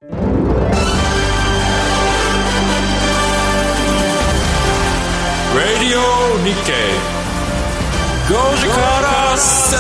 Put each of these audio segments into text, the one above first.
Radio Nikkei 5時から正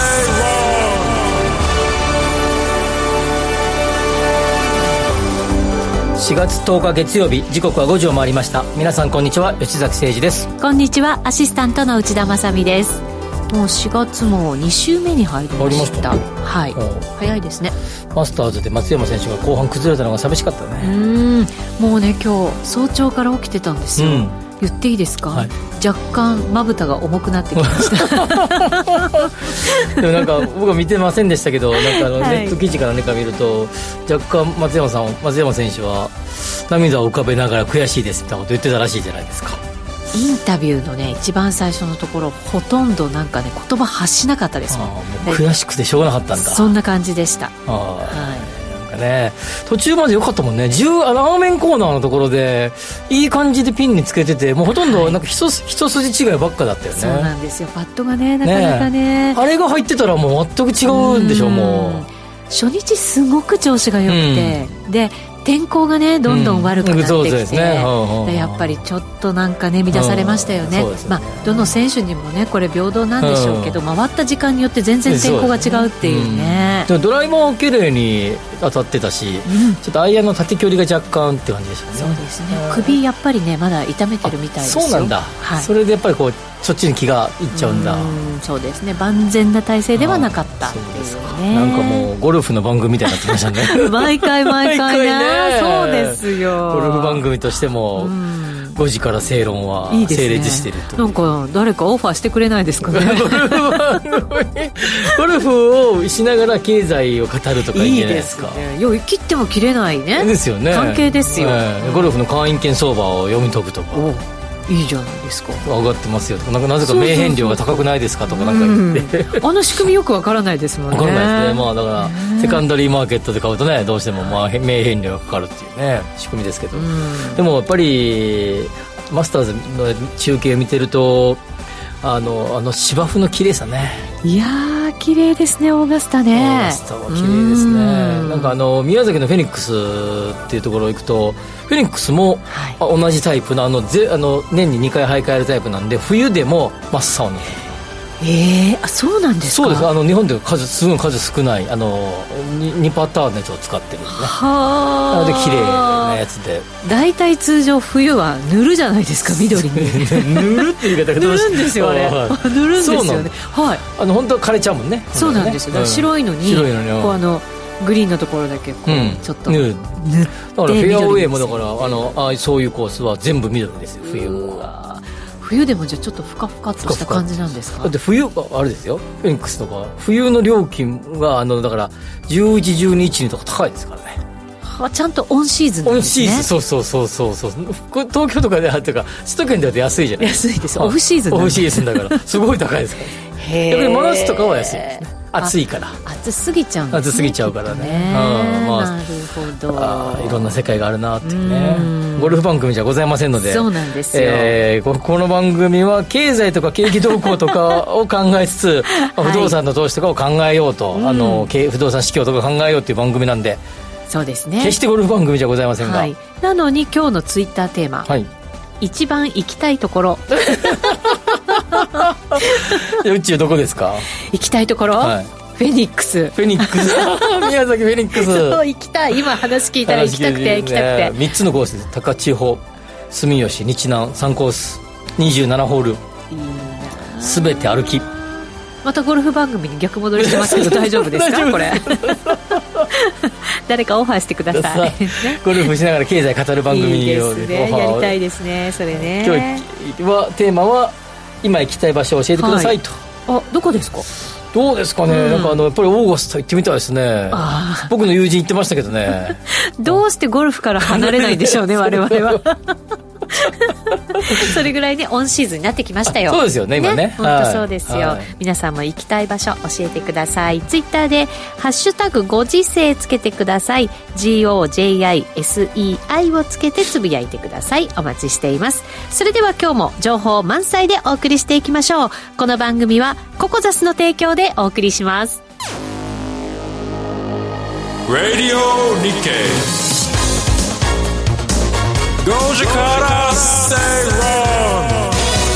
論。4月10日月曜日、時刻は5時を回りました。皆さんこんにちは、吉崎誠二です。 こんにちは、アシスタントの内田まさみです。もう4月も2週目に入りました。はい、早いですね。 マスターズで松山選手が後半崩れたのが寂しかったね。 もうね、今日早朝から起きてたんですよ。言っていいですか、はい、若干まぶたが重くなってきましたでもなんか僕は見てませんでしたけど、なんかネット記事か何か見ると、若干松山選手は涙を浮かべながら悔しいですみたいなこと言ってたらしいじゃないですか。 インタビューのね、一番最初のところほとんどなんかね、言葉発しなかったですもん。 もう悔しくてしょうがなかったんだ。 そんな感じでした。 ね、途中まで良かったもんね。ラーメンコーナーのところでいい感じでピンにつけてて、もうほとんどなんか一筋違いばっかだったよね。 そうなんですよ。パットがね、なかなかね、 あれが入ってたらもう全く違うんでしょ。もう初日すごく調子が良くて、で天候がねどんどん悪くなってきて、 そうですね、 でやっぱりちょっとなんかね乱されましたよね。どの選手にもねこれ平等なんでしょうけど、回った時間によって全然天候が違うっていうね。 でもドライも綺麗に当たってたし、ちょっとアイアンの縦距離が若干って感じでしたね。 そうですね。首やっぱりねまだ痛めてるみたいですよ。 そうなんだ、それでやっぱりこうそっちに気がいっちゃうんだ。 そうですね。万全な体制ではなかったっていうね。 なんかもうゴルフの番組みたいになってましたね毎回ねそうですよ。 ゴルフ番組としても5時から正論は成立してると。 なんか誰かオファーしてくれないですかねゴルフをしながら経済を語るとかいいんじゃないですか。 いいですね。切っても切れないね。 ですよね。 関係ですよ、 ゴルフの会員権相場を読み解くとか。 いいじゃないですか。 上がってますよとか、なぜか名片料が高くないですかとかなんか言ってあの仕組みよくわからないですもんね。 わからないですね。だからセカンダリーマーケットで買うとね、どうしても名片料がかかるっていうね仕組みですけど、でもやっぱりマスターズの中継を見てると芝生の綺麗さね。 いやー綺麗ですね。オーガスタね。 オーガスタは綺麗ですね。なんか宮崎のフェニックスっていうところ行くと、フェニックスも、同じタイプの年に2回生え替えるタイプなんで、冬でも真っ青な。 そうなんですか。 そうです。日本ですごい数少ない2パターンのやつを使ってるんですね。なので綺麗なやつで。 だいたい通常冬は塗るじゃないですか、緑に塗るっていう言い方が塗るんですよあれ塗るんですよね。 本当は枯れちゃうもんね。 そうなんですよ。だから白いのにこうグリーンのところだけこうちょっと塗って、 だからフェアウェイもだからそういうコースは全部緑ですよ。 冬でもじゃあちょっとふかふかっとした感じなんですか。 だって冬あれですよ、フェニックスとか冬の料金がだから11、12、1とか高いですからね。 ちゃんとオンシーズンなんですね。 オンシーズン、そう東京とかでとか首都圏では安いじゃない。 安いです。オフシーズン。 オフシーズンだからすごい高いですから逆に真夏とかは安いですね。暑いから暑すぎちゃうんですね。 暑すぎちゃうからね。 なるほど。 いろんな世界があるなっていうね。ゴルフ番組じゃございませんので。 そうなんですよ。 この番組は経済とか景気動向とかを考えつつ不動産の投資とかを考えようと、不動産市況とか考えようっていう番組なんで。 そうですね。 決してゴルフ番組じゃございませんが、 なのに今日のツイッターテーマ、一番行きたいところ宇宙どこですか。 行きたいところ、フェニックス宮崎フェニックスそう行きたい。今話聞いたら行きたくて 3つのコースです。高千穂、住吉、日南3コース27ホール、全て歩き。 またゴルフ番組に逆戻りしてますけど大丈夫ですかこれ誰かオファーしてくださいゴルフしながら経済語る番組にいいですね。やりたいですね。それね。 今日はテーマは今行きたい場所を教えてくださいと。 どこですか。 どうですかね、なんかやっぱりオーガスタ行ってみたいですね。僕の友人行ってましたけどねどうしてゴルフから離れないんでしょうね我々はそれぐらいねオンシーズンになってきましたよ。 そうですよね今ね。 本当そうですよ。皆さんも行きたい場所教えてください。ツイッターでハッシュタグご時世つけてください。 GOJISEI をつけてつぶやいてください。お待ちしています。それでは今日も情報満載でお送りしていきましょう。この番組はココザスの提供でお送りします。 Radio Nikkei 5時から正論。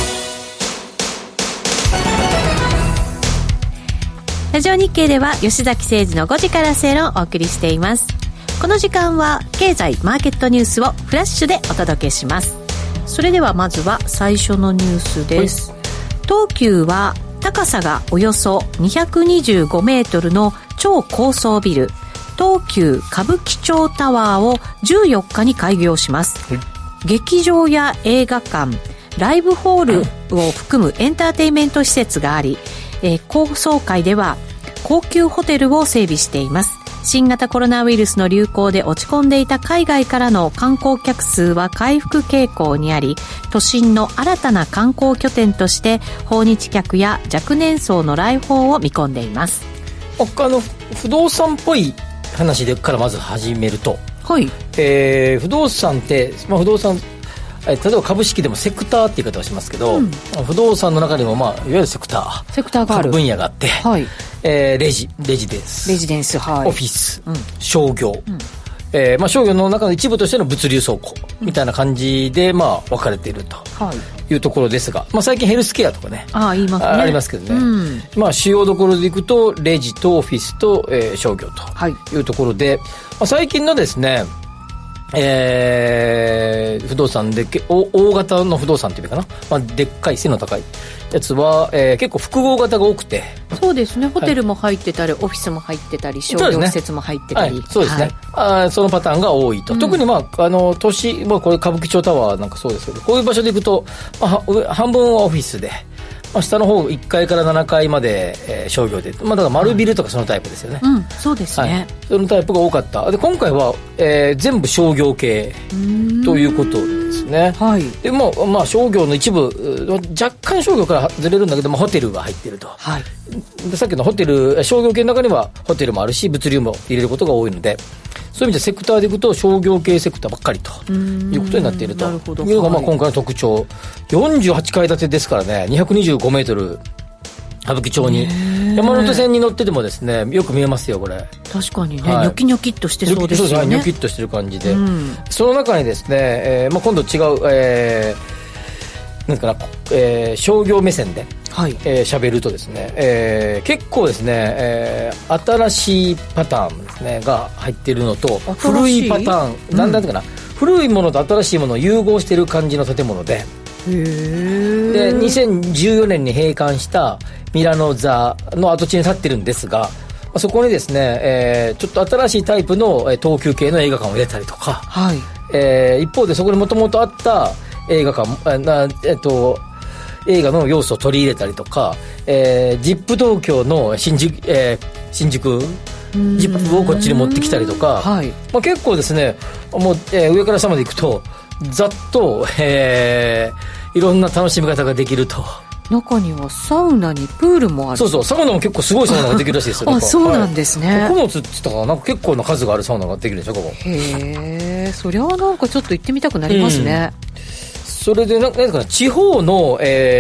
ラジオ日経では吉崎誠二の5時から正論をお送りしています。この時間は経済マーケットニュースをフラッシュでお届けします。それではまずは最初のニュースです。東急は高さがおよそ225メートルの超高層ビル東急歌舞伎町タワーを14日に開業します。劇場や映画館、ライブホールを含むエンターテインメント施設があり、高層階では高級ホテルを整備しています。新型コロナウイルスの流行で落ち込んでいた海外からの観光客数は回復傾向にあり、都心の新たな観光拠点として訪日客や若年層の来訪を見込んでいます。 不動産っぽい話でからまず始めると、 はい、 不動産って、不動産例えば株式でもセクターって言い方をしますけど、不動産の中でも、いわゆるセクターがある分野があって、 はい、 レジデンス、はい、オフィス、商業、商業の中の一部としての物流倉庫みたいな感じで、分かれているというところですが、最近ヘルスケアとかね、 言いますね、 ありますけどね、主要どころでいくとレジとオフィスと、商業というところで、最近のですね不動産で大型の不動産っていうかな、でっかい背の高いやつは、結構複合型が多くて、 そうですね、ホテルも入ってたり、オフィスも入ってたり、商業施設も入ってたり、 そうですね、そのパターンが多いと、特に都市、これ歌舞伎町タワーなんかそうですけど、こういう場所で行くと、半分はオフィスで、下の方1階から7階まで、商業で、だから丸ビルとかそのタイプですよね、 そうですね、 そのタイプが多かった。で今回は、全部商業系ということですね。で商業の一部、若干商業からずれるんだけど、ホテルが入っていると、でさっきのホテル、商業系の中にはホテルもあるし物流も入れることが多いので、そういう意味でセクターでいくと商業系セクターばっかりということになっているというのが今回の特徴。48階建てですからね、225メートル歌舞伎町に山手線に乗っててもですね、よく見えますよこれ。 確かにね、ニョキニョキっとしてそうですよね。 ニョキッとしてる感じで、その中にですね、今度違う、なんかな、商業目線で喋るとですね、結構ですね、新しいパターンですねが入っているのと、古いパターン、なんていうかな、古いものと新しいものを融合している感じの建物で、2014年に閉館したミラノ座の跡地に建ってるんですが、そこにですね、ちょっと新しいタイプの東急系の映画館を入れたりとか、一方でそこにもともとあった映画館、映画の要素を取り入れたりとか、ZIP 東京の新宿ZIP をこっちに持ってきたりとか、結構ですね、もう、上から下まで行くとざっと、いろんな楽しみ方ができると。 中にはサウナにプールもある。 そうサウナも結構すごいサウナができるらしいですよ。 そうなんですね。 9つって言ったからなんか結構な数があるサウナができるんでしょここ。 へえ、そりゃなんかちょっと行ってみたくなりますね。 それでなんかな、地方の、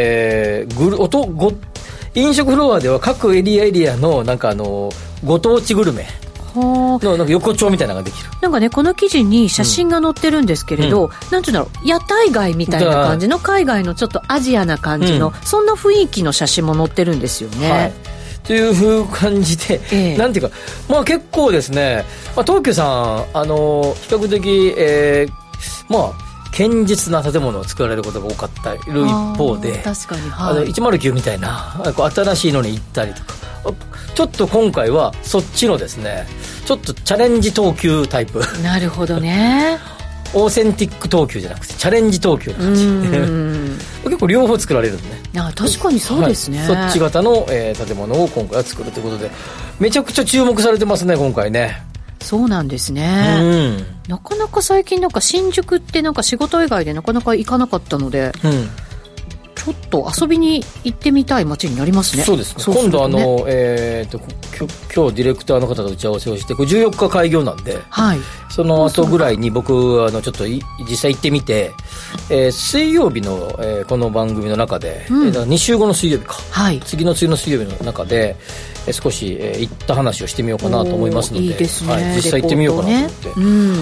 飲食フロアでは各エリアのなんかご当地グルメのなんか横丁みたいなのができる。 なんかね、この記事に写真が載ってるんですけれど、なんていうんだろう、屋台街みたいな感じの、海外のちょっとアジアな感じの、そんな雰囲気の写真も載ってるんですよね。 という感じで、なんていうか、結構ですね、東急さん比較的、堅実な建物を作られることが多かったいる一方で、 確かに、 109みたいな新しいのに行ったりとか、ちょっと今回はそっちのですね、ちょっとチャレンジ東急タイプ。なるほどね。 オーセンティック東急じゃなくてチャレンジ東急の感じ結構両方作られるんでね。 確かにそうですね、 そっち型の、建物を今回は作るということで、めちゃくちゃ注目されてますね今回ね。 そうなんですね、なかなか最近なんか新宿ってなんか仕事以外でなかなか行かなかったので、ちょっと遊びに行ってみたい街になりますね。 そうですね。今度今日ディレクターの方と打ち合わせをして、これ14日開業なんで、その後ぐらいに僕ちょっと実際行ってみて、水曜日の、この番組の中で、2週後の水曜日か、次の水曜日の中で少し、行った話をしてみようかなと思いますので、 いいですね、 実際行ってみようかなと思って、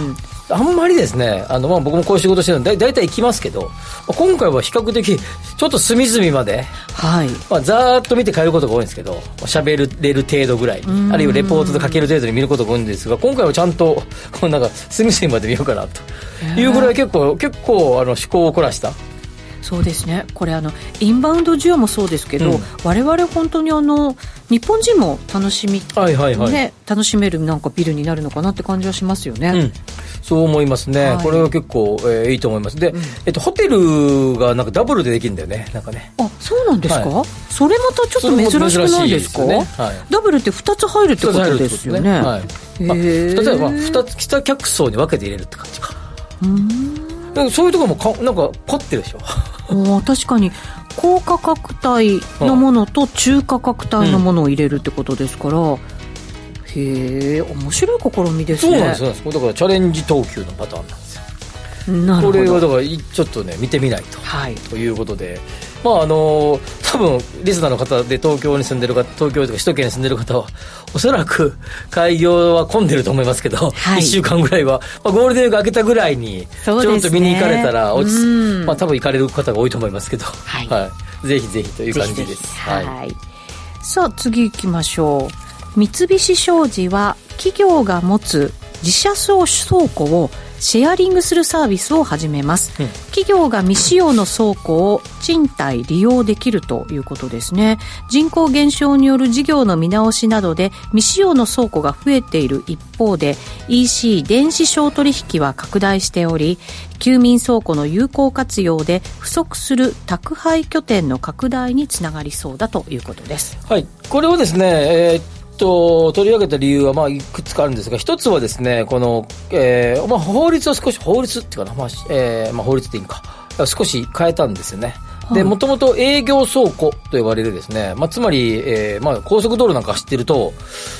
あんまりですね、僕もこういう仕事してるのでだいたい行きますけど、今回は比較的ちょっと隅々まで、 はい、 ざーっと見て帰ることが多いんですけど、喋れる程度ぐらい、あるいはレポートで書ける程度に見ることが多いんですが、今回はちゃんとなんか隅々まで見ようかなというぐらい結構趣向を凝らした。 そうですね、これインバウンド需要もそうですけど、我々本当に日本人も楽しみ、楽しめるなんかビルになるのかなって感じはしますよね。 そう思いますね、これは結構、いいと思います。で、ホテルがなんかダブルでできるんだよね、なんかね。 あ、そうなんですか、それまたちょっと珍しくないですか？ダブルって2つ入るってことですよね。 例えば北客層に分けて入れるって感じか。そういうところもなんか凝ってるでしょ。 確かに高価格帯のものと中価格帯のものを入れるってことですから、へえ、面白い試みですね。 そうなんです。だからチャレンジ投球のパターンなんですよ。 なるほど。 これはだからちょっとね見てみないと、ということで、多分リスナーの方で東京に住んでる方、東京とか首都圏に住んでる方はおそらく開業は混んでると思いますけど、1週間ぐらいは、ゴールデンウィーク明けたぐらいにちょっと見に行かれたら多分行かれる方が多いと思いますけど、ぜひぜひという感じです。 さあ次行きましょう。三菱商事は企業が持つ自社倉庫をシェアリングするサービスを始めます、企業が未使用の倉庫を賃貸利用できるということですね。人口減少による事業の見直しなどで未使用の倉庫が増えている一方で EC 電子商取引は拡大しており、休眠倉庫の有効活用で不足する宅配拠点の拡大につながりそうだということです。 これをですね、取り上げた理由はいくつかあるんですが、一つはですね、この、法律を少し、法律っていうかな、法律でいいんか、少し変えたんですよね。で、もともと営業倉庫と呼ばれるですね、つまり、高速道路なんか走ってると、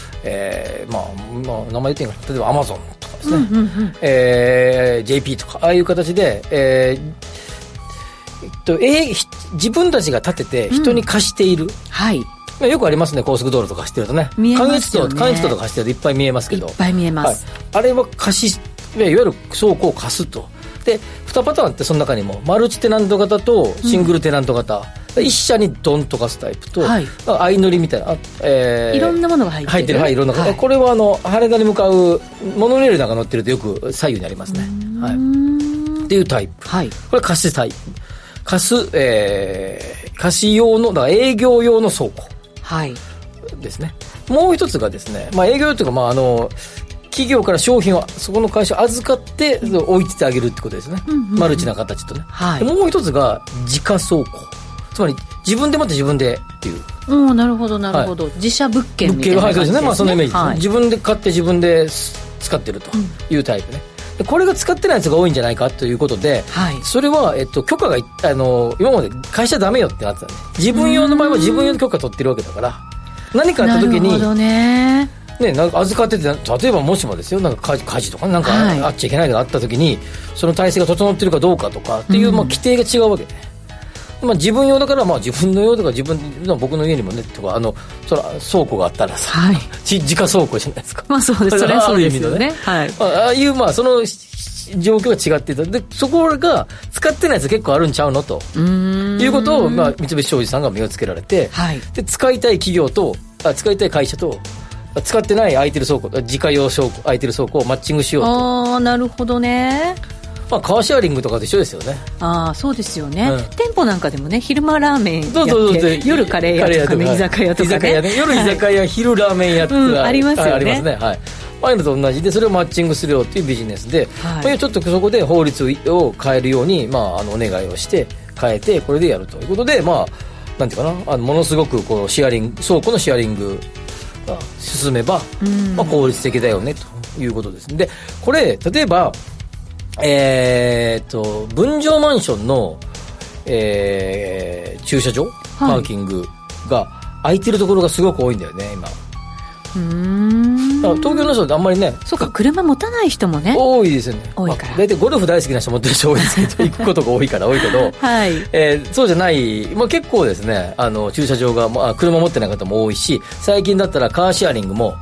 名前言っていいかな、例えばアマゾンとかですね、JP とか、ああいう形で、自分たちが建てて人に貸している。よくありますね、高速道路とか走ってるとね。 見えますよね。 関越道とか走ってるといっぱい見えますけど。 いっぱい見えます。 あれはいわゆる倉庫を貸すと。で、2パターンってその中にも、マルチテナント型とシングルテナント型。一社にドンと貸すタイプと、相乗りみたいな。いろんなものが入ってる。 いろんな。これは羽田に向かうモノレールなんか乗ってるとよく左右にありますね。っていうタイプ。これ貸しタイプ。貸し用の、だから営業用の倉庫。ですね。もう一つがですね、営業というか、企業から商品をそこの会社預かって置いててあげるってことですね。マルチな形とね。もう一つが自家倉庫。つまり自分で持って自分でっていう。 なるほどなるほど。自社物件みたいな感じですね。 そうですね。そのイメージですね。自分で買って自分で使ってるというタイプね。これが使ってないやつが多いんじゃないかということで、それは、許可が今まで会社ダメよってなってたんで、自分用の場合は自分用の許可取ってるわけだから、何かあった時に、 なるほどね。 なんか預かってて、例えばもしもですよ、なんか火事とかなんかあっちゃいけないのがあった時に、その体制が整ってるかどうかとかっていう、規定が違うわけで、自分用だから、自分の用とか僕の家にもねとかそら倉庫があったらさ、自家倉庫じゃないですか。 そうです。それはそうですよね。 ああいうその状況が違っていた。で、そこが使ってないやつ結構あるんちゃうのということを、三菱商事さんが目をつけられて、で使いたい企業と使いたい会社と使ってない空いてる倉庫、自家用倉庫空いてる倉庫をマッチングしようと。 なるほどね。 カーシェアリングとかと一緒ですよね。 そうですよね。店舗なんかでもね、昼間ラーメンやって夜カレー屋とかね、居酒屋とかね。 夜居酒屋、昼ラーメン屋ってありますよね。 ありますね。ああいうのと同じで、それをマッチングするよっていうビジネスで、ちょっとそこで法律を変えるように、お願いをして変えて、これでやるということで、なんていうかな、ものすごくこのシェアリング、倉庫のシェアリングが進めば、効率的だよねということです。で、これ例えば分譲マンションの、駐車場、パーキングが空いてるところがすごく多いんだよね今。東京の人ってあんまりね、 そうか、車持たない人もね多いですよね。 多いから、 大体ゴルフ大好きな人持ってる人多いですけど行くことが多いから多いけど、そうじゃない、結構ですね、駐車場が、車持ってない方も多いし、最近だったらカーシェアリングも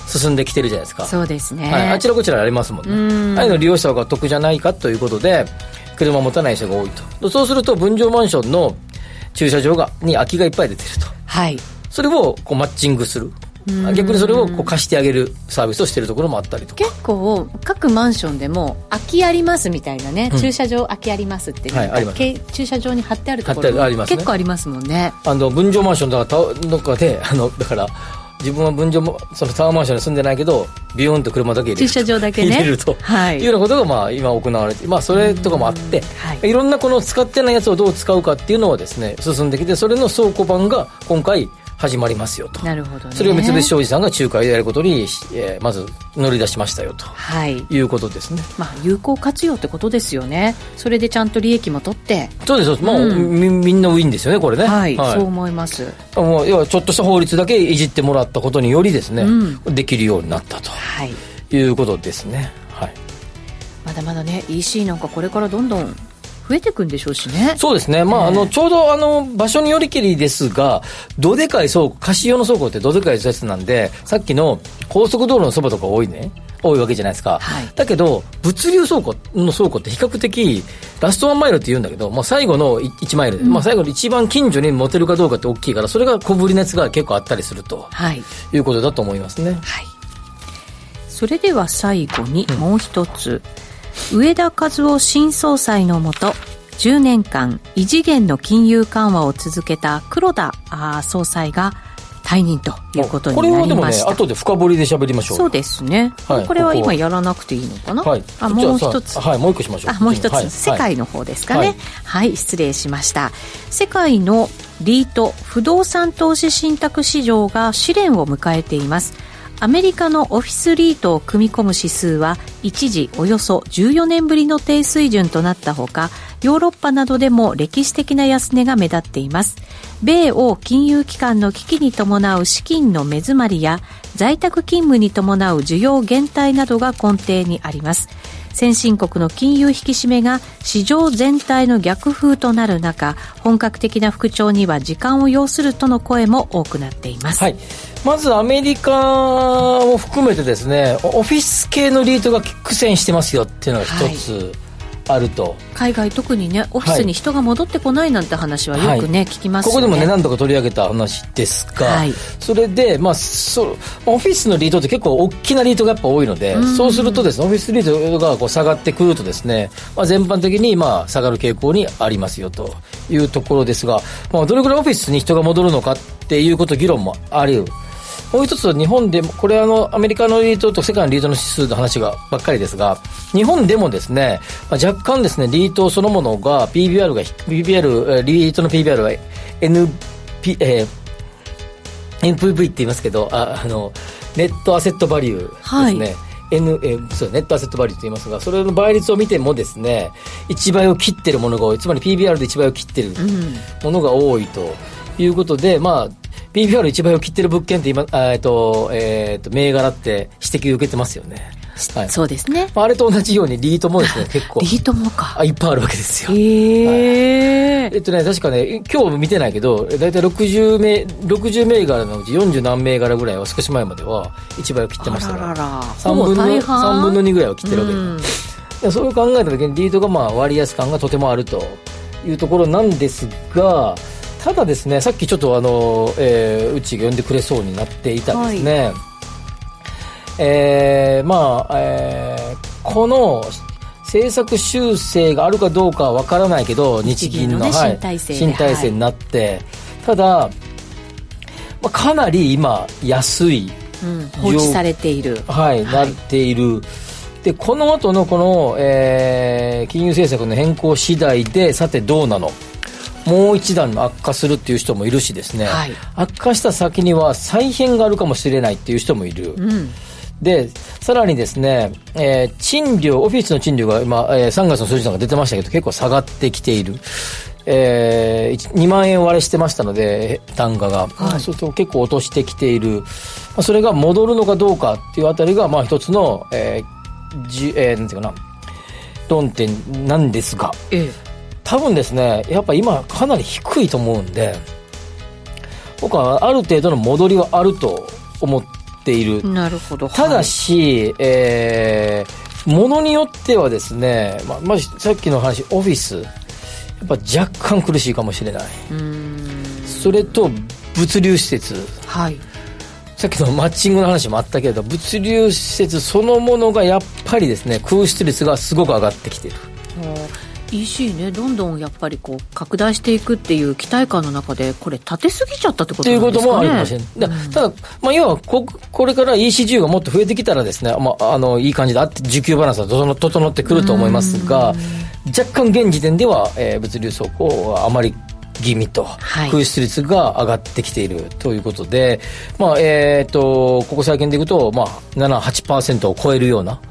進んできてるじゃないですか。 そうですね、 はい、あちらこちらありますもんね。ああいうの利用した方が得じゃないかということで車を持たない人が多いと。そうすると分譲マンションの駐車場に空きがいっぱい出てると、はい、それをこうマッチングする、逆にそれをこう貸してあげるサービスをしているところもあったりとか。 結構各マンションでも空きありますみたいなね、駐車場空きありますっていうのが、はい、駐車場に貼ってあるところも結構ありますもんね。 分譲マンションだからどっかでだから自分はそのタワーマンションに住んでないけどビヨーンと車だけ入れる、 駐車場だけね入れると、はい、いうようなことがまあ今行われて、まあ、それとかもあって、はい、いろんなこの使ってないやつをどう使うかっていうのはですね進んできて、それの倉庫版が今回始まりますよと。 なるほどね。 それを三菱商事さんが仲介でやることに、まず乗り出しましたよと、はい、いうことですね。 まあ、有効活用ってことですよね。それでちゃんと利益も取って。 そうです、まあみんなウィンですよねこれね、 はいはい、そう思います。 もう要はちょっとした法律だけいじってもらったことによりですね、できるようになったと、はい、いうことですね、はい、 まだまだね EC なんかこれからどんどん増えていくんでしょうしね。 そうですね、まあちょうど場所によりきりですが、どでかい倉庫、貸し用の倉庫ってどでかいやつなんで、さっきの高速道路のそばとか多いわけじゃないですか、はい、だけど物流倉庫って比較的ラストワンマイルって言うんだけど、まあ、最後の1マイルで、まあ、最後の一番近所に持てるかどうかって大きいから、それが小ぶりのやつが結構あったりすると、はい、いうことだと思いますね、はい、 それでは最後にもう一つ、上田和夫新総裁のもと10年間異次元の金融緩和を続けた黒田総裁が退任ということになりました。これはでもね後で深掘りで喋りましょう。 そうですね、はい、これは今やらなくていいのかな、はい、もう一つ、 はい、もう一個しましょう。 もう一つ、はい、世界の方ですかね、はい、はい、失礼しました。世界のリート不動産投資信託市場が試練を迎えています。アメリカのオフィスリートを組み込む指数は一時およそ14年ぶりの低水準となったほか、ヨーロッパなどでも歴史的な安値が目立っています。米欧金融機関の危機に伴う資金の目詰まりや在宅勤務に伴う需要減退などが根底にあります。先進国の金融引き締めが市場全体の逆風となる中、本格的な復調には時間を要するとの声も多くなっています、はい、 まずアメリカを含めてですね、オフィス系のリートが苦戦してますよっていうのが一つあると、はい、 海外特にねオフィスに人が戻ってこないなんて話はよくね、はい、聞きますよね。 ここでもね何度か取り上げた話ですが、はい、それで、まあ、オフィスのリートって結構大きなリートがやっぱ多いので、そうするとですねオフィスリートがこう下がってくるとですね、まあ、全般的にまあ下がる傾向にありますよというところですが、まあ、どれくらいオフィスに人が戻るのかっていうこと議論もある。もう一つ日本でもこれはアメリカのリートと世界のリートの指数の話がばっかりですが、日本でもですね、まあ、若干ですねリートそのものが PBR リートの PBR は NPV って言いますけどネットアセットバリューですね、はいそうネットアセットバリューと言いますが、それの倍率を見てもですね1倍を切ってるものが多い、つまり PBR で1倍を切ってるものが多いということで、まあPBR1 倍を切ってる物件って今銘柄って指摘を受けてますよね、はい、 そうですね、 あれと同じようにリートもですね結構リートもかいっぱいあるわけですよ、はい、確かね今日見てないけどだいたい60銘柄のうち40何銘柄ぐらいは少し前までは1倍を切ってましたから、3分の2ぐらいを切ってるわけで、そういう考えた時にリートがまあ割安感がとてもあるというところなんですが、ただですねさっきちょっとうちが呼んでくれそうになっていたですね、はいこの政策修正があるかどうかは分からないけど日銀の、新体制になって、はい、ただ、まあ、かなり今安い、 放置されている、 はいなっている。でこの後のこの、金融政策の変更次第でさてどうなの、もう一段の悪化するっていう人もいるしですね、はい、悪化した先には再編があるかもしれないっていう人もいる、でさらにですね、賃料オフィスの賃料が今、3月の数字なんか出てましたけど結構下がってきている、2万円割れしてましたので単価が、はい、そうすると結構落としてきている、それが戻るのかどうかっていうあたりがまあ一つの、なんていうかな論点なんですが、多分ですねやっぱ今かなり低いと思うんで、僕はある程度の戻りはあると思っっている。 なるほど。 ただし、ものによってはですね、まずさっきの話、オフィス、やっぱ若干苦しいかもしれない。それと物流施設、 はい、 さっきのマッチングの話もあったけれど、物流施設そのものがやっぱりですね、空室率がすごく上がってきている。 EC ね、どんどんやっぱりこう拡大していくっていう期待感の中で、これ立てすぎちゃったってことなんですかね。ということもあるかもしれない。 ただ、要はこれから EC 需要がもっと増えてきたらですね、いい感じで需給バランスが整ってくると思いますが、若干現時点では、物流倉庫はあまり気味と、空室率が上がってきているということで、ここ最近でいくと、7、8% を超えるような、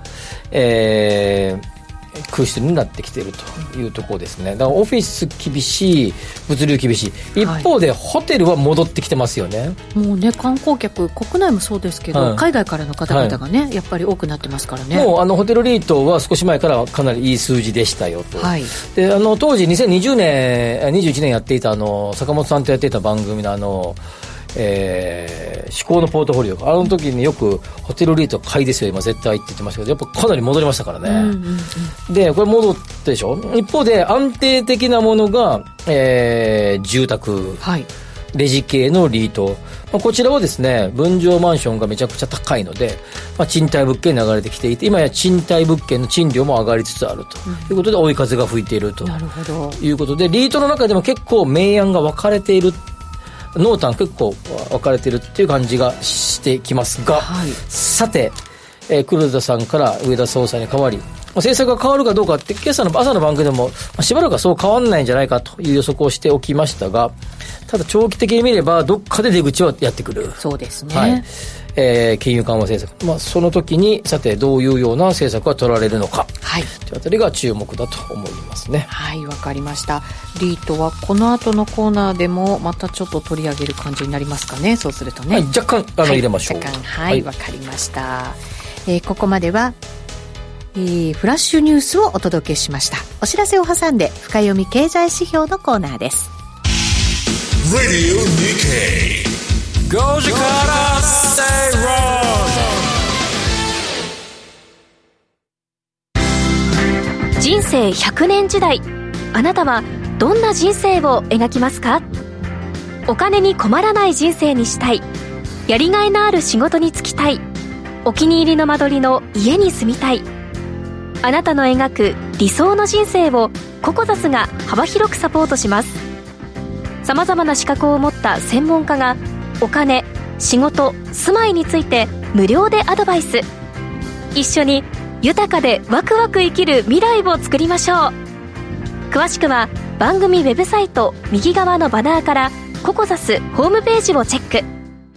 空室になってきているというところですね。だからオフィス厳しい、物流厳しい。一方でホテルは戻ってきてますよね。 もうね、観光客、国内もそうですけど、海外からの方々がね、やっぱり多くなってますからね。 もうホテルリートは少し前からかなりいい数字でしたよと。で当時2020年21年やっていた坂本さんとやっていた番組の至高のポートフォリオ、時によくホテルリート買いですよ今絶対って言ってましたけど、やっぱかなり戻りましたからね。でこれ戻ったでしょ。一方で安定的なものが、住宅、レジ系のリート、こちらはですね、分譲マンションがめちゃくちゃ高いので、賃貸物件に流れてきていて、今や賃貸物件の賃料も上がりつつあるということで、追い風が吹いているということで、リートの中でも結構明暗が分かれている、濃淡結構分かれているっていう感じがしてきますが、さて、黒田さんから上田総裁に代わり、政策が変わるかどうかって今朝の朝の番組でもしばらくはそう変わらないんじゃないかという予測をしておきましたが、ただ長期的に見ればどっかで出口はやってくる。 そうですね。 金融緩和政策、その時にさてどういうような政策が取られるのか、というあたりが注目だと思いますね。 わかりました。リートはこの後のコーナーでもまたちょっと取り上げる感じになりますかね。そうするとね、 若干入れましょう。 若干わかりました。ここまではフラッシュニュースをお届けしました。お知らせを挟んで深読み経済指標のコーナーです。 Radio Nikkei 5時から正論。 人生100年時代、あなたはどんな人生を描きますか？お金に困らない人生にしたい、やりがいのある仕事に就きたい、お気に入りの間取りの家に住みたい。あなたの描く理想の人生をココザスが幅広くサポートします。さまざまな資格を持った専門家がお金、仕事、住まいについて無料でアドバイス。一緒に豊かでワクワク生きる未来を作りましょう。詳しくは番組ウェブサイト右側のバナーからココザスホームページをチェック。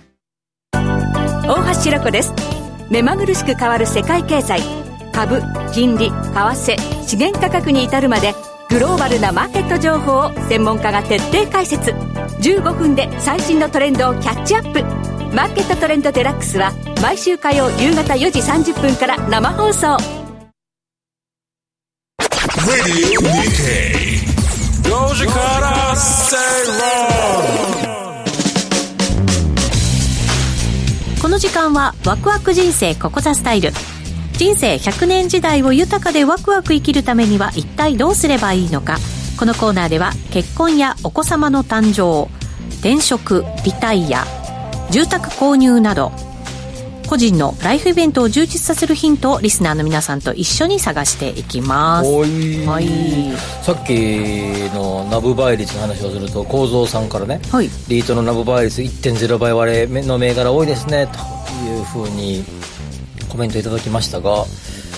大橋ロコです。目まぐるしく変わる世界経済、株、金利、為替、資源価格に至るまでグローバルなマーケット情報を専門家が徹底解説。15分で最新のトレンドをキャッチアップ。マーケットトレンドデラックスは毎週火曜夕方4時30分から生放送。 Radio Nikkei 5時から正論。 この時間はワクワク人生ココザスタイル。人生100年時代を豊かでワクワク生きるためには一体どうすればいいのか。このコーナーでは結婚やお子様の誕生、転職、リタイア、住宅購入など個人のライフイベントを充実させるヒントをリスナーの皆さんと一緒に探していきます。 さっきのナブ倍率の話をすると構造さんからね、リートのナブ倍率 1.0 倍割れの銘柄多いですねというふうにコメントいただきましたが、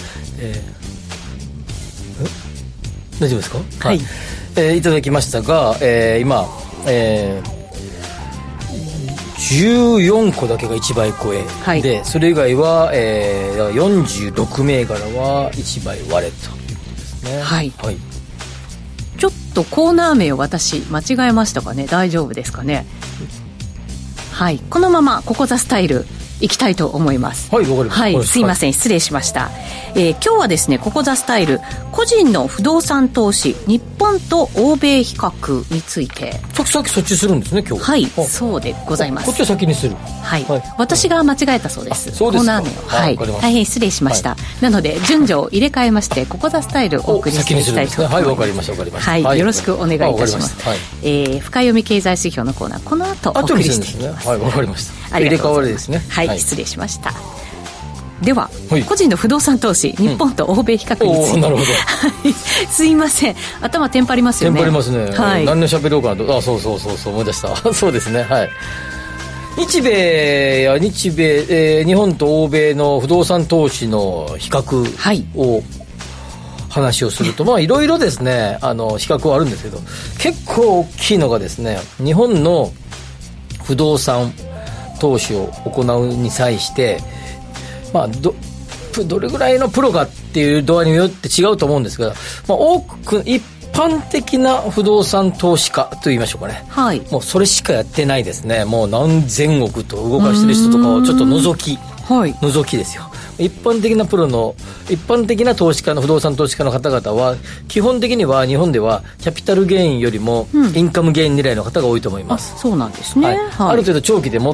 大丈夫ですか？いただきましたが、今、14個だけが1倍超え、でそれ以外は、46銘柄は1倍割れということですね。 ちょっとコーナー名を私間違えましたかね。大丈夫ですかね。このままココザスタイルいきたいと思います。 はい、わかりました。 はい、すいません、失礼しました。今日はですね、ここザスタイル、個人の不動産投資、日本と欧米比較について。 さっきそっちするんですね、今日。 はい、そうでございます。 こっちは先にする。 はい。私が間違えたそうです。 そうですか。 コーナー名を。はい。大変失礼しました。なので、順序を入れ替えまして、ここザスタイルをお送りしていきたいと思います。 はい、わかりました、わかりました。 はい、よろしくお願いいたします。深読み経済指標のコーナー、この後お送りしていきます。 はい、わかりました。 入れ替わりですね。 はい、失礼しました。では、個人の不動産投資、日本と欧米比較について。 なるほど。 すいません、頭テンパりますよね。 テンパりますね。 はい。 何年喋ろうかなと。そう思い出した。そうですね。はい。日米や日本と欧米の不動産投資の比較を、話をすると、まあいろいろですね、比較はあるんですけど、結構大きいのがですね、日本の不動産投資を行うに際して、まあどれぐらいのプロかっていう度合いによって違うと思うんですが、まあ多く一般的な不動産投資家と言いましょうかね。はい。もうそれしかやってないですね。もう何千億と動かしてる人とかをちょっと除きですよ。一般的な投資家の不動産投資家の方々は基本的には日本ではキャピタルゲインよりもインカムゲイン狙いの方が多いと思います。 そうなんですね。はい。 ある程度長期でもって、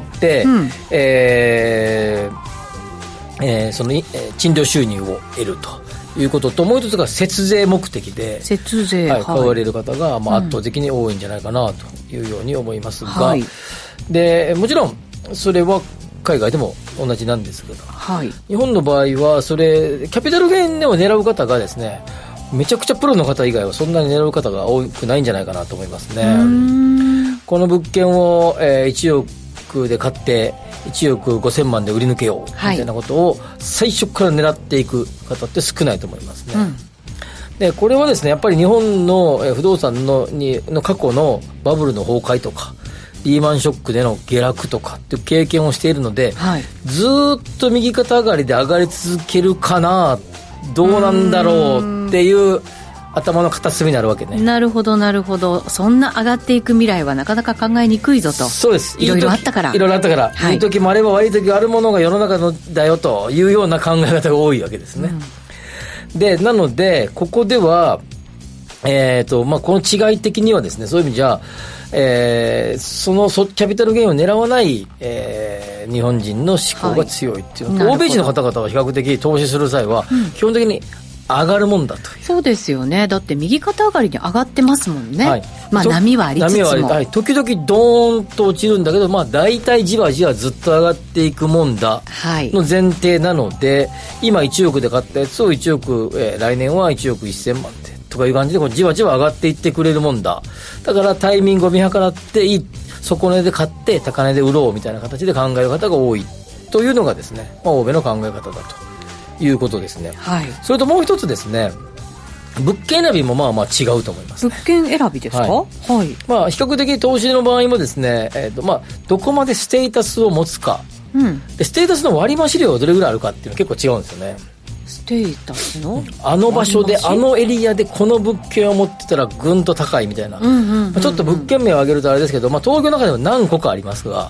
その賃料収入を得るということと、もう一つが節税目的で節税、 買われる方がまあ圧倒的に多いんじゃないかなというように思いますが、でもちろんそれは海外でも同じなんですけど、日本の場合はそれキャピタルゲインを狙う方がですね、めちゃくちゃプロの方以外はそんなに狙う方が多くないんじゃないかなと思いますね。この物件を1億で買って1億5000万で売り抜けようみたいなことを最初から狙っていく方って少ないと思いますね。でこれはですね、やっぱり日本の不動産の過去のバブルの崩壊とかリーマンショックでの下落とかっていう経験をしているので、ずっと右肩上がりで上がり続けるかな、どうなんだろうっていう頭の片隅になるわけね。 なるほどなるほど。そんな上がっていく未来はなかなか考えにくいぞと。 そうです。 いろいろあったから。 いい時もあれば悪い時があるものが世の中のだよというような考え方が多いわけですね。でなのでここではまあ、この違い的にはですね、そういう意味じゃキャピタルゲインを狙わない、日本人の思考が強いっていうのと、欧米人の方々は比較的投資する際は基本的に上がるもんだという、 そうですよね。だって右肩上がりに上がってますもんね。まあ波はありつつも時々ドーンと落ちるんだけど、まあ大体じわじわずっと上がっていくもんだの前提なので、今1億で買ったやつを1億、来年は1億1000万でとかいう感じでこうじわじわ上がっていってくれるもんだ。だからタイミングを見計らって底値で買って高値で売ろうみたいな形で考える方が多いというのがですね、まあ、欧米の考え方だということですね。それともう一つですね、物件選びもまあまあ違うと思いますね。 物件選びですか。 まあ比較的投資の場合もですね、まあどこまでステータスを持つか、でステータスの割増量がどれぐらいあるかっていうのは結構違うんですよね。 ステータスのあの場所であのエリアでこの物件を持ってたらぐんと高いみたいな、ちょっと物件名を挙げるとあれですけど、まあ、東京の中でも何個かありますが、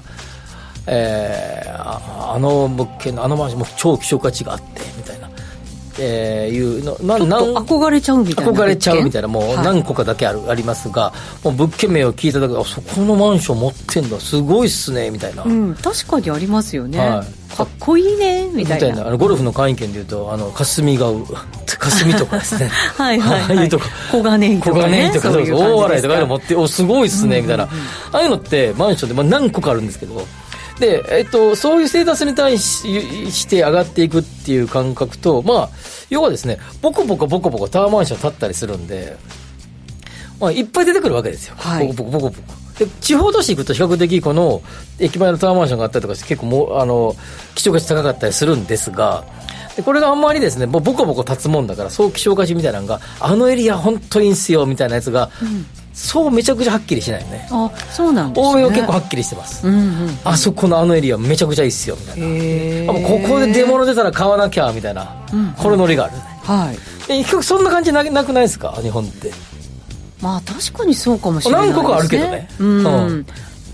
あの物件のあのマンションも超希少価値があってみたいな、いうのちょっと憧れちゃうみたいな、 憧れちゃうみたいな、もう何個かだけありますが、もう物件名を聞いただけで、そこのマンション持ってんだすごいっすねみたいな、 確かにありますよね、かっこいいねみたいなゴルフの会員権でいうと霞が霞とかですねとか小金井とかね、 大洗とか持ってすごいっすねみたいな、ああいうのってマンションで、まあ、何個かあるんですけど、で、そういうステータスに対して上がっていくっていう感覚と、まあ、要はですね、ボコボコタワーマンション建ったりするんで、まあ、いっぱい出てくるわけですよ。ボコボコ。で、地方都市行くと比較的この駅前のタワーマンションがあったりとかして結構希少価値高かったりするんですが、でこれがあんまりですね、もうボコボコ建つもんだから、そう希少価値みたいなのが、あのエリア本当にいいんすよみたいなやつが、そうめちゃくちゃはっきりしないよね。 そうなんですね。 欧米は結構はっきりしてます、あそこのあのエリアめちゃくちゃいいっすよみたいな、ここで出物出たら買わなきゃみたいな、これノリがある、結局そんな感じなくないですか日本って。 まあ確かにそうかもしれないですね。 何個かあるけどね、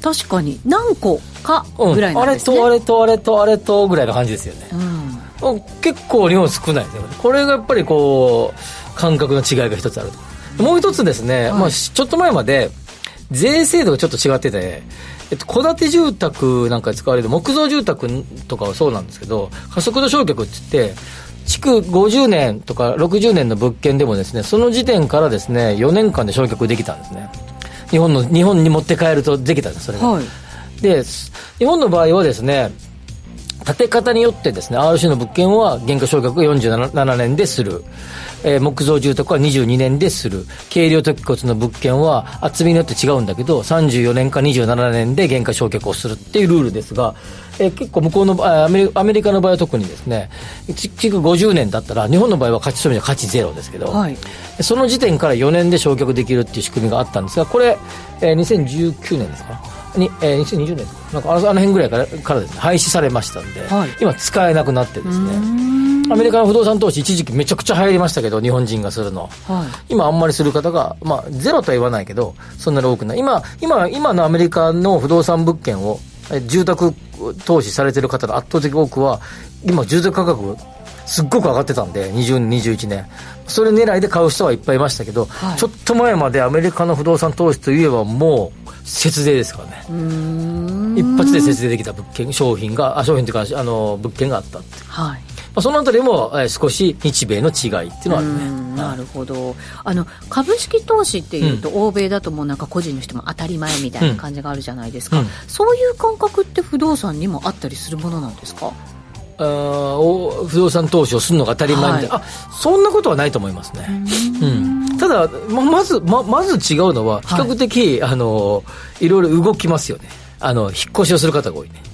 確かに何個かぐらいなんですね、 あれとぐらいの感じですよね、結構量少ないですね。これがやっぱりこう感覚の違いが一つあると。もう一つですね、ちょっと前まで税制度がちょっと違ってて、戸建て住宅なんかで使われる木造住宅とかはそうなんですけど、加速度償却って言って築50年とか60年の物件でもですね、その時点からですね4年間で償却できたんですね。日本に持って帰るとできたんです、それが、で日本の場合はですね、建て方によってですね RC の物件は減価償却が47年でする、木造住宅は22年でする、軽量鉄骨の物件は厚みによって違うんだけど34年か27年で減価償却をするっていうルールですが、結構向こうのアメリカの場合は特にですね、築50年だったら日本の場合は価値そういう意味では価値ゼロですけど、その時点から4年で償却できるっていう仕組みがあったんですが、これ、2019年ですか2020年なんかあの辺ぐらいからですね廃止されましたんで、今使えなくなってですね、アメリカの不動産投資一時期めちゃくちゃ流行りましたけど、日本人がするの、今あんまりする方が、ゼロとは言わないけどそんなに多くない。今のアメリカの不動産物件を住宅投資されてる方の圧倒的多くは今住宅価格すっごく上がってたんで、20年21年それ狙いで買う人はいっぱいいましたけど、ちょっと前までアメリカの不動産投資といえばもう節税ですからね。一発で節税できた商品というか物件があったって、そのあたりも、少し日米の違いっていうのはあるね。 なるほど。株式投資っていうと、欧米だともうなんか個人の人も当たり前みたいな感じがあるじゃないですか、そういう感覚って不動産にもあったりするものなんですか？ 不動産投資をするのが当たり前みたいな、そんなことはないと思いますね。ただまず違うのは比較的、いろいろ動きますよね。引っ越しをする方が多いね。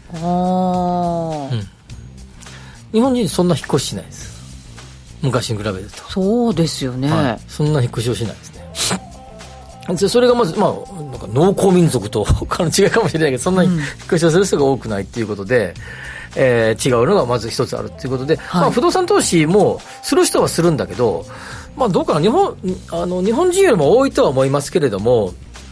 日本人そんな引っ越ししないです、昔に比べると。 そうですよね、 そんな引っ越しをしないですね。それがまず、なんか農耕民族と他の違いかもしれないけど、そんなに引っ越しをする人が多くないっていうことで、違うのがまず一つあるっていうことで、不動産投資もする人はするんだけど、どうかな、日本人よりも多いとは思いますけれども、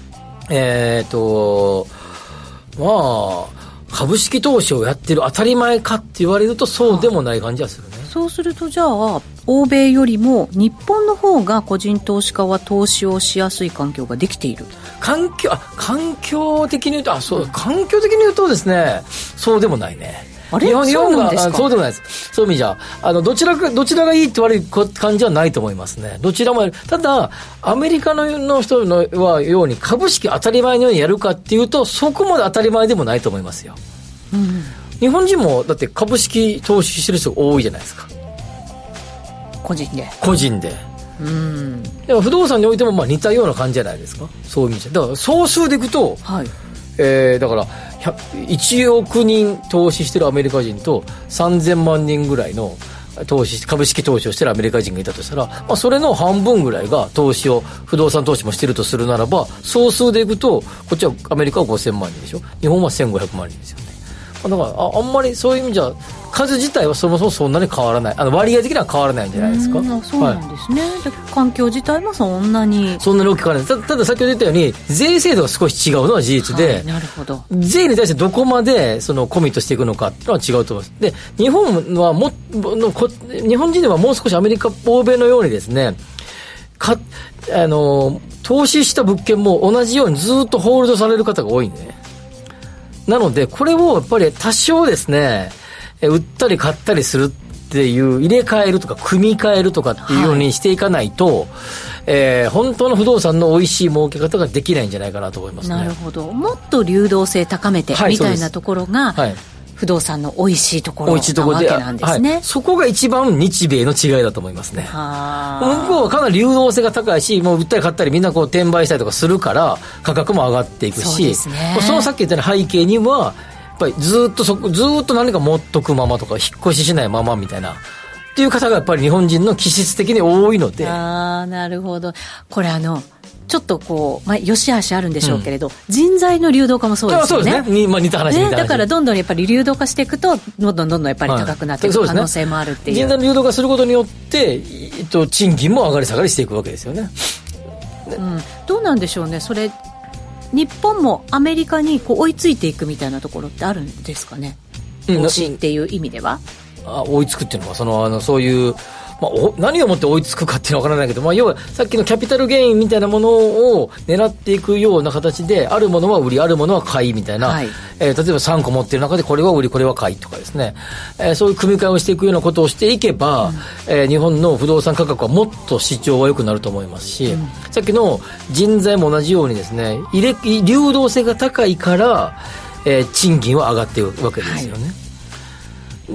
株式投資をやってる当たり前かって言われるとそうでもない感じはするね。 そうするとじゃあ欧米よりも日本の方が個人投資家は投資をしやすい環境ができている。 環境的に言うと環境的に言うとですね、そうでもないね。日本がそうでもないです。そういう意味じゃどちらがいいって言われる感じはないと思いますね。どちらもただアメリカの人のように株式当たり前のようにやるかっていうとそこまで当たり前でもないと思いますよ。日本人もだって株式投資してる人多いじゃないですか。個人で。でも不動産においても似たような感じじゃないですか。そういう意味じゃ。だから総数でいくと、だから1億人投資してるアメリカ人と3000万人ぐらいの株式投資をしてるアメリカ人がいたとしたら、それの半分ぐらいが不動産投資もしてるとするならば、総数でいくとこっちはアメリカは5000万人でしょ、日本は1500万人ですよね。だからあんまりそういう意味じゃ数自体はそもそもそんなに変わらない、割合的には変わらないんじゃないですか。 そうなんですね、環境自体もそんなに大きく変わらない。ただ先ほど言ったように税制度が少し違うのは事実で、 なるほど。 税に対してどこまでコミットしていくのかっていうのは違うと思います。で日本人ではもう少し欧米のようにですね、投資した物件も同じようにずっとホールドされる方が多いね。なのでこれをやっぱり多少ですね、売ったり買ったりするっていう入れ替えるとか組み替えるとかっていうようにしていかないと、本当の不動産の美味しい儲け方ができないんじゃないかなと思いますね。 なるほど。もっと流動性高めてみたいなところが、不動産の美味しいところなわけなんですね。 そこが一番日米の違いだと思いますね。向こうはかなり流動性が高いし、もう売ったり買ったりみんな転売したりとかするから価格も上がっていくし、そのさっき言ったような背景にはやっぱりずっと何か持っとくままとか引っ越ししないままみたいなっていう方がやっぱり日本人の気質的に多いので。 なるほど。これちょっと良し悪しあるんでしょうけれど、人材の流動化もそうですよね。 そうですね。似た話。 だからどんどんやっぱり流動化していくとどんどんやっぱり高くなっていく可能性もあるっていう。 人材の流動化することによって賃金も上がり下がりしていくわけですよね。 どうなんでしょうね。それ日本もアメリカにこう追いついていくみたいなところってあるんですかね、投資っていう意味では。 追いつくっていうのはそういう、何をもって追いつくかっていうのは分からないけど、要はさっきのキャピタルゲインみたいなものを狙っていくような形で、あるものは売り、あるものは買いみたいな、はい、例えば3個持っている中でこれは売り、これは買いとかですね、そういう組み替えをしていくようなことをしていけば、日本の不動産価格はもっと市場は良くなると思いますし、さっきの人材も同じようにですね、流動性が高いから、賃金は上がっているわけですよね。はい、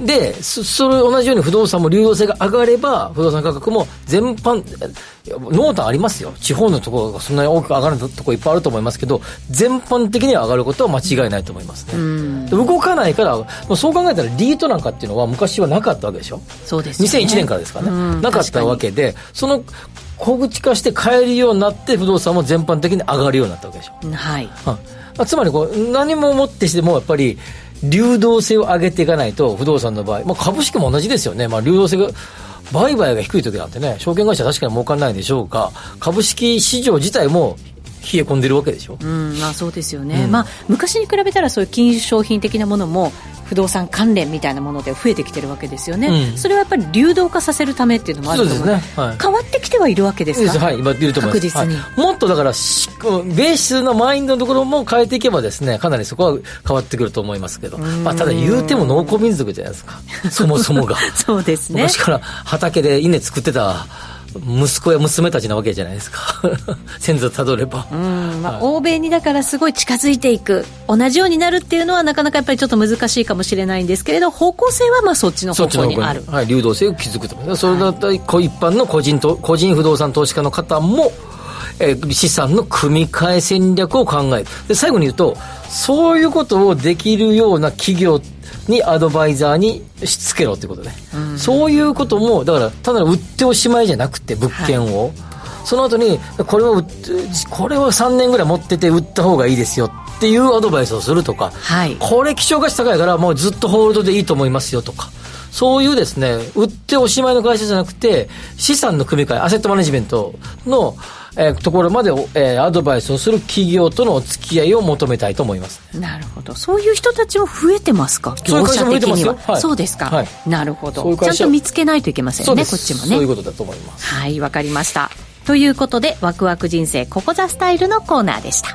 で、それ同じように不動産も流動性が上がれば、不動産価格も全般、濃淡ありますよ。地方のところがそんなに多く上がるところいっぱいあると思いますけど、全般的には上がることは間違いないと思いますね。動かないから、そう考えたらリートなんかっていうのは昔はなかったわけでしょ。 そうですね。 2001年からですからね。なかったわけで、その小口化して買えるようになって、不動産も全般的に上がるようになったわけでしょ。 はい。 つまり何ももってしてもやっぱり、流動性を上げていかないと、不動産の場合、株式も同じですよね。流動性が、売買が低い時なんてね、証券会社は確かに儲かんないでしょうが、株式市場自体も冷え込んでるわけでしょ。 そうですよね。昔に比べたらそういう金融商品的なものも不動産関連みたいなもので増えてきてるわけですよね。それはやっぱり流動化させるためっていうのもあると思う。そうですね。はい、変わってきてはいるわけですか。 はい、今いると思います。 確実に。 もっとだからベースのマインドのところも変えていけばですね、かなりそこは変わってくると思いますけど、ただ言うても農耕民族じゃないですか。そもそもが。 そうですね。 昔から畑で稲作ってた息子や娘たちなわけじゃないですか。先祖たどれば、 欧米にだからすごい近づいていく、同じようになるっていうのはなかなかやっぱりちょっと難しいかもしれないんですけれど、方向性はそっちの方向にある。 はい、流動性を築くと思います。それだったら一般の個人不動産投資家の方も、資産の組み替え戦略を考える。で、最後に言うと、そういうことをできるような企業にアドバイザーにしつけろということね。そういうこともだからただ売っておしまいじゃなくて、物件を、はい、その後にこれは3年ぐらい持ってて売った方がいいですよっていうアドバイスをするとか、はい、これ希少価値高いからもうずっとホールドでいいと思いますよとか、そういうですね、売っておしまいの会社じゃなくて、資産の組み替え、アセットマネジメントのところまで、アドバイスをする企業とのお付き合いを求めたいと思います。 なるほど。そういう人たちも増えてますか、業者的には。はい、そうですか、はい、なるほど。ちゃんと見つけないといけませんね、こっちもね。 そういうことだと思います。 はい、わかりました。ということで、ワクワク人生ここザスタイルのコーナーでした。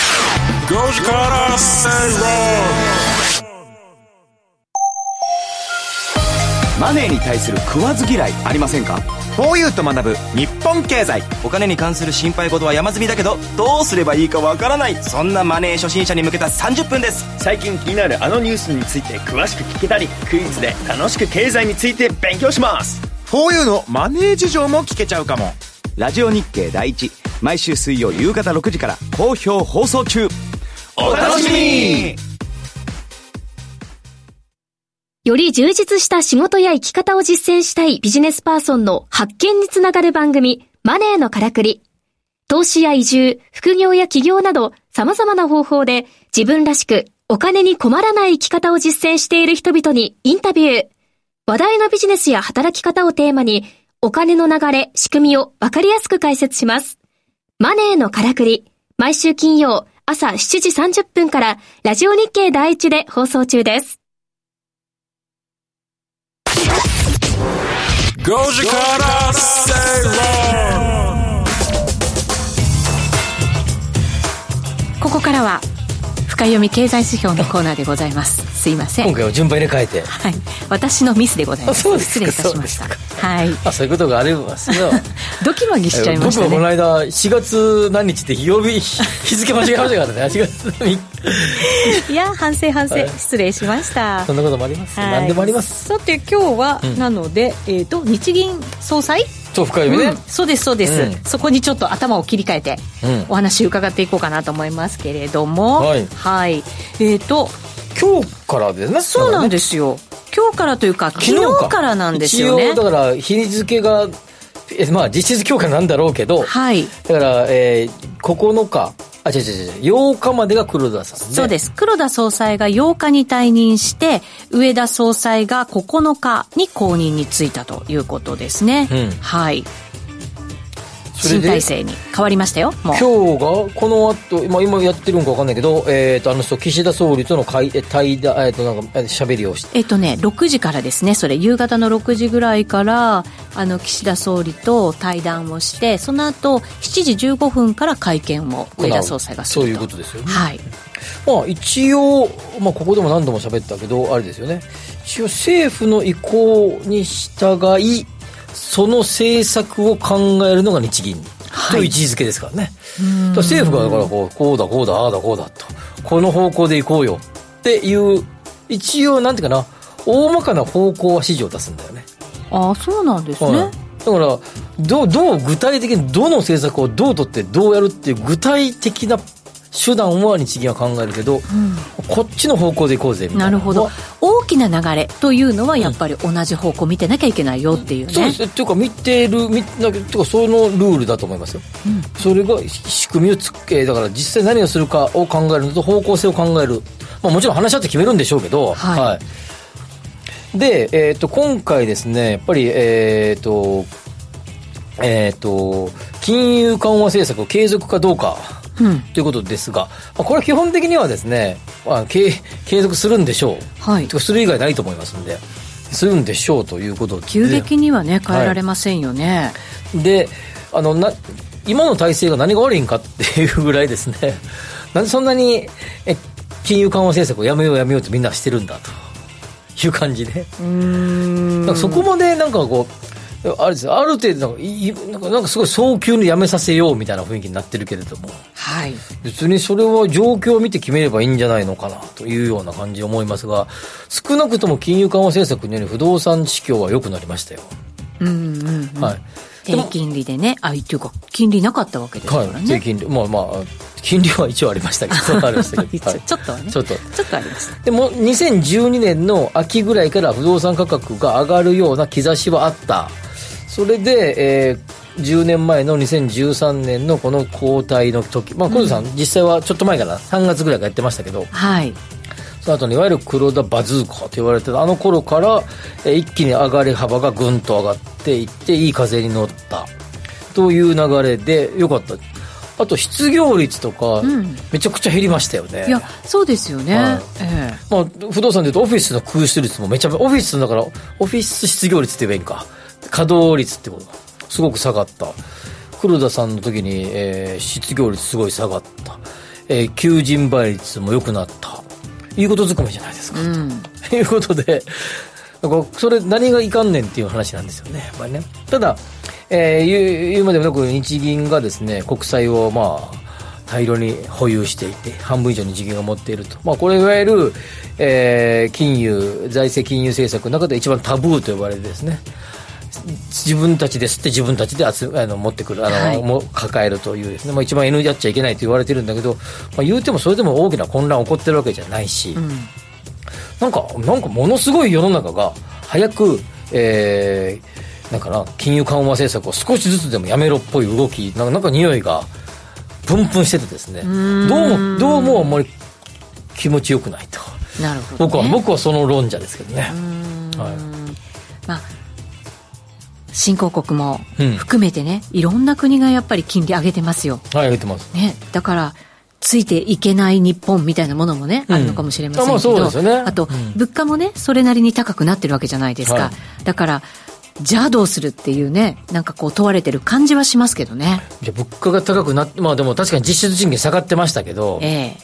マネーに対する食わず嫌いありませんか？ 4U と学ぶ日本経済。 お金に関する心配事は山積みだけど、どうすればいいかわからない、そんなマネー初心者に向けた30分です。 最近気になるあのニュースについて詳しく聞けたり、クイズで楽しく経済について勉強します。 4U のマネー事情も聞けちゃうかも。ラジオ日経第一、毎週水曜夕方6時から好評放送中。 お楽しみに。 より充実した仕事や生き方を実践したいビジネスパーソンの発見につながる番組、マネーのからくり。投資や移住、副業や起業など様々な方法で自分らしくお金に困らない生き方を実践している人々にインタビュー。話題のビジネスや働き方をテーマにお金の流れ、仕組みをわかりやすく解説します。マネーのからくり。毎週金曜朝7時30分からラジオ日経第一で放送中です。 5時から正論。 ここからは深読み経済指標のコーナーでございます。すいません、 今回は順番入れ替えて、 はい、私のミスでございます。失礼いたしました。はい、 そういうことがありますよ。 ドキマギしちゃいましたね。 僕はこの間4月何日って日付間違えましたからね。4月3日。 いや、反省、はい、失礼しました。 そんなこともあります、はい、何でもあります。 さて今日は、なので、日銀総裁と深読みね、 そうですそうです、そこにちょっと頭を切り替えて、お話伺っていこうかなと思いますけれども、はい、はい、 今日からですね。 そうなんですよ。今日からというか昨日からなんですよね。 一応だから日付が実質今日からなんだろうけど、はい、だから、9日8日までが黒田さんで。 そうです。黒田総裁が8日に退任して、上田総裁が9日に後任に就いたということですね。はい。 新体制に変わりましたよ。もう今日がこの後、今やってるんか分かんないけど、岸田総理との対談、なんか喋りをして 6時からですね。それ夕方の6時ぐらいから岸田総理と対談をして、その後7時15分から会見を植田総裁がすると。 そういうことですよね。 はい。 一応、ここでも何度も喋ったけどあれですよね。一応政府の意向に従いその政策を考えるのが日銀という位置づけですからね。だから政府がだからこうだこうだああだこうだとこの方向でいこうよっていう一応なんていうかな大まかな方向は指示を出すんだよね。 ああそうなんですね。 だからどう具体的にどの政策をどう取ってどうやるっていう具体的な手段は日銀は考えるけど、こっちの方向でいこうぜみたいな。 なるほど。大きな流れというのはやっぱり同じ方向見てなきゃいけないよっていうね。 そうです。っていうか見てるとかそのルールだと思いますよ。それが仕組みをだから実際何をするかを考えるのと方向性を考える。もちろん話し合って決めるんでしょうけど。はい。で、今回ですねやっぱり金融緩和政策を継続かどうか。ということですが、これは基本的にはですね、継続するんでしょう、はい、する以外ないと思いますのでするんでしょうということで急激にはね変えられませんよね、 はい、で今の体制が何が悪いんかっていうぐらいですねなんでそんなに金融緩和政策をやめようってみんなしてるんだという感じでなんかそこまでなんかこうあれですある程度なんかすごい早急にやめさせようみたいな雰囲気になってるけれども、 はい、 別にそれは状況を見て決めればいいんじゃないのかなというような感じを思いますが、少なくとも金融緩和政策により不動産市況は良くなりましたよ。 はい、低金利でねっていうか金利なかったわけですからね、はい、 低金利金利は一応ありましたけどありましたけど、 はい、ちょっとはねちょっとありました。 でも2012年の秋ぐらいから不動産価格が上がるような兆しはあった。それで、10年前の2013年のこの交代の時、小泉さん、実際はちょっと前から3月ぐらいからやってましたけど、 はい、 その後にいわゆる黒田バズーカと言われてたあの頃から、一気に上がり幅がぐんと上がっていっていい風に乗ったという流れでよかった。あと失業率とか、めちゃくちゃ減りましたよね。 いやそうですよね、 はい、不動産でいうとオフィスの空室率もめちゃオフィスだからオフィス失業率って言えばいいんか、稼働率ってことがすごく下がった。黒田さんの時に、失業率すごい下がった、求人倍率も良くなった。いいことずくめじゃないですか、ということでそれ何がいかんねんっていう話なんですよね、やっぱりね。ただ、言うまでもなく日銀がですね国債を大量に保有していて半分以上に日銀が持っていると、これいわゆる、財政金融政策の中で一番タブーと呼ばれるですね、自分たちですって自分たちで持ってくる抱えるというですね、一番 N やっちゃいけないと言われてるんだけど、言うてもそれでも大きな混乱起こってるわけじゃないし、なんかものすごい世の中が早く、金融緩和政策を少しずつでもやめろっぽい動きなんか匂いがプンプンしててですね、どうもあんまり気持ちよくないと。 なるほど、ね、 僕はその論者ですけどね。 新興国も含めてね、いろんな国がやっぱり金利上げてますよ。 はい、上げてます、 ね、だからついていけない日本みたいなものもね、あるのかもしれませんけど、 そうですよね、 あと、物価もねそれなりに高くなってるわけじゃないですか、だからじゃあどうするっていうね、なんかこう問われてる感じはしますけどね。 いや物価が高くなって、でも確かに実質賃金下がってましたけど、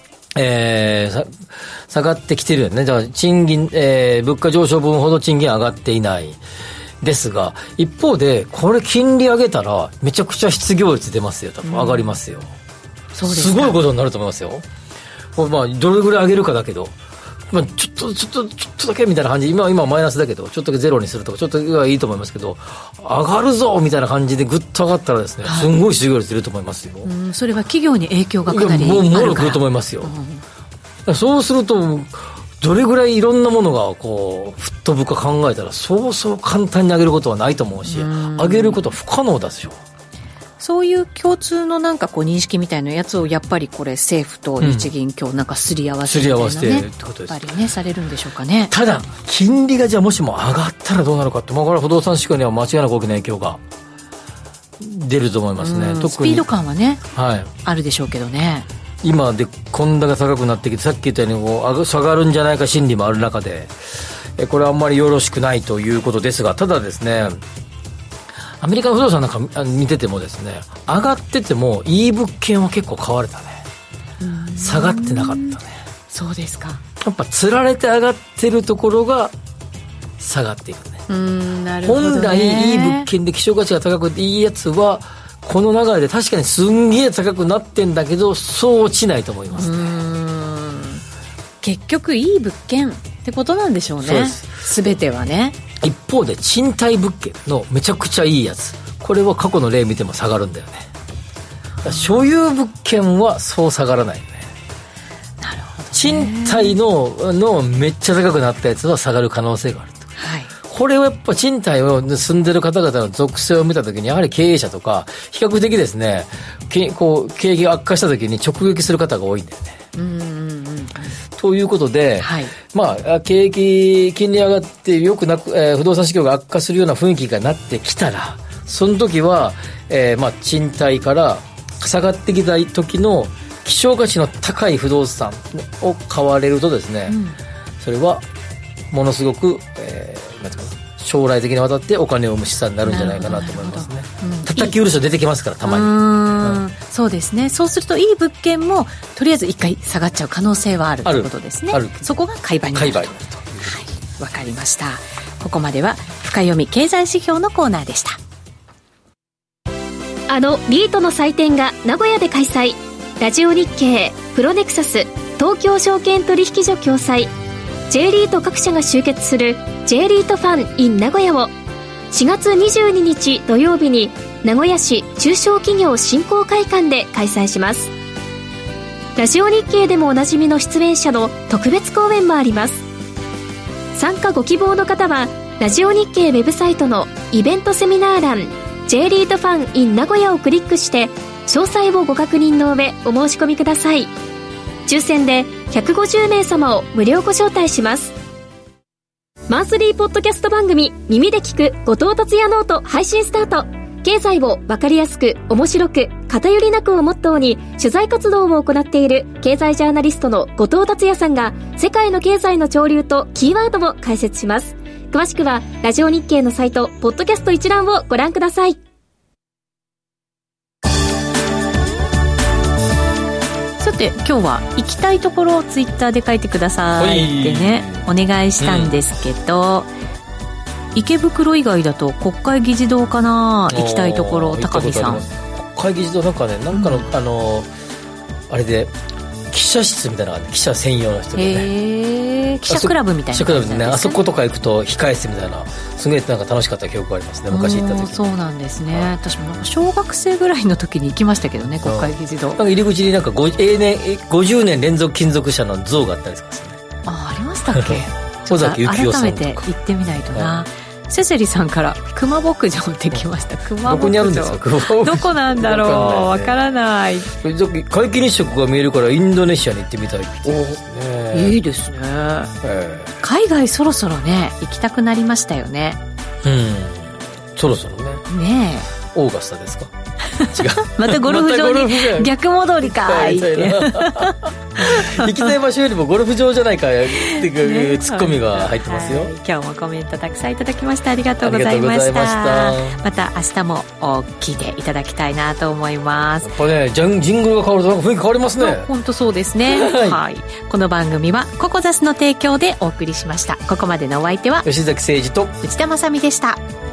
下がってきてるよね。だから賃金、物価上昇分ほど賃金上がっていないですが、一方でこれ金利上げたらめちゃくちゃ失業率出ますよ。多分上がりますよ、 そうですか。 すごいことになると思いますよ。これどれぐらい上げるかだけど、ちょっとだけみたいな感じ、今はマイナスだけどちょっとだけゼロにするとかちょっとはいいと思いますけど、上がるぞみたいな感じでぐっと上がったらですね、すんごい失業率出ると思いますよ。 それは企業に影響がかなりあるから、 もろくると思いますよ、そうするとどれぐらいいろんなものがこう吹っ飛ぶか考えたら、そうそう簡単に上げることはないと思うし、上げることは不可能ですよ。 そういう共通のなんかこう認識みたいなやつをやっぱりこれ政府と日銀今日なんかすり合わせみたいなね、 ってことです。 やっぱりねされるんでしょうかね。 ただ金利がじゃあもしも上がったらどうなるかって、これは不動産市場には間違いなく大きな影響が出ると思いますね。特にスピード感はね、 はい、 あるでしょうけどね。 今でこんだけ高くなってきて、さっき言ったようにこう下がるんじゃないか心理もある中で、これはあんまりよろしくないということですが、ただですね、アメリカの不動産なんか見ててもですね、上がっててもいい物件は結構買われたね。下がってなかったね。 そうですか。 やっぱ釣られて上がってるところが下がっていくね。 なるほどね。 本来いい物件で希少価値が高くていいやつはこの流れで確かにすんげえ高くなってんだけど、そう落ちないと思いますね。 結局いい物件ってことなんでしょうね。そうです。全てはね。 一方で賃貸物件のめちゃくちゃいいやつ、これは過去の例見ても下がるんだよね。所有物件はそう下がらないよね。 なるほどね。 賃貸のめっちゃ高くなったやつは下がる可能性があると。 はい。 これはやっぱ賃貸を住んでる方々の属性を見たときに、やはり経営者とか比較的ですね、こう景気が悪化したときに直撃する方が多いんだよね。ということで、はい、まあ金利上がってよくなく、不動産市況が悪化するような雰囲気がなってきたら、その時は、まあ賃貸から下がってきた時の希少価値の高い不動産を買われるとですね、それはものすごく、なんていうかな、将来的にわたってお金を生む資産になるんじゃないかなと思いますね。叩き売る人出てきますからたまに。 そうですね。そうするといい物件もとりあえず一回下がっちゃう可能性はあるということですね。そこが買い場になると。はい、わかりました。ここまでは深読み経済指標のコーナーでした。 リートの祭典が名古屋で開催。ラジオ日経、プロネクサス、東京証券取引所共催、J リート各社が集結する J リートファン in 名古屋を4月22日土曜日に名古屋市中小企業振興会館で開催します。ラジオ日経でもおなじみの出演者の特別講演もあります。参加ご希望の方はラジオ日経ウェブサイトのイベントセミナー欄 J リートファン in 名古屋をクリックして詳細をご確認の上お申し込みください。抽選で150名様を無料ご招待します。マンスリーポッドキャスト番組耳で聞く後藤達也ノート配信スタート。経済を分かりやすく面白く偏りなくをモットーに取材活動を行っている経済ジャーナリストの後藤達也さんが世界の経済の潮流とキーワードを解説します。詳しくはラジオ日経のサイトポッドキャスト一覧をご覧ください。 さて今日は行きたいところをツイッターで書いてくださいってね、お願いしたんですけど、池袋以外だと国会議事堂かな、行きたいところ。高木さん、 国会議事堂なんかね、なんかの、あれで記者室みたいなのが、記者専用の人でね、 記者クラブみたいな、 記者クラブでね、あそことか行くと控え室みたいな、すげえなんか楽しかった記憶がありますね、昔行った時。 そうなんですね、私も小学生ぐらいの時に行きましたけどね、国会議事堂。 なんか入り口になんか50年連続金属車の像があったりしますね。 ありましたっけ尾崎幸雄さんとか。 改めて行ってみないとな。セセリさんから熊牧場ってきました。熊牧場どこにあるんですか？ どこなんだろう、わからない。 皆既日食が見えるからインドネシアに行ってみたいって言うんですね。 いいですね、海外そろそろね行きたくなりましたよね。 そろそろね。オーガスタですか？違うまたゴルフ場に逆戻りかいって行きたい場所よりもゴルフ場じゃないかっていうツッコミが入ってますよ。 今日もコメントたくさんいただきましてありがとうございました。また明日も聞いていただきたいなと思います。 やっぱね、ジングルが変わるとなんか雰囲気変わりますね。 本当そうですねはい、この番組はココザスの提供でお送りしました。ここまでのお相手は吉崎誠二と内田まさみでした。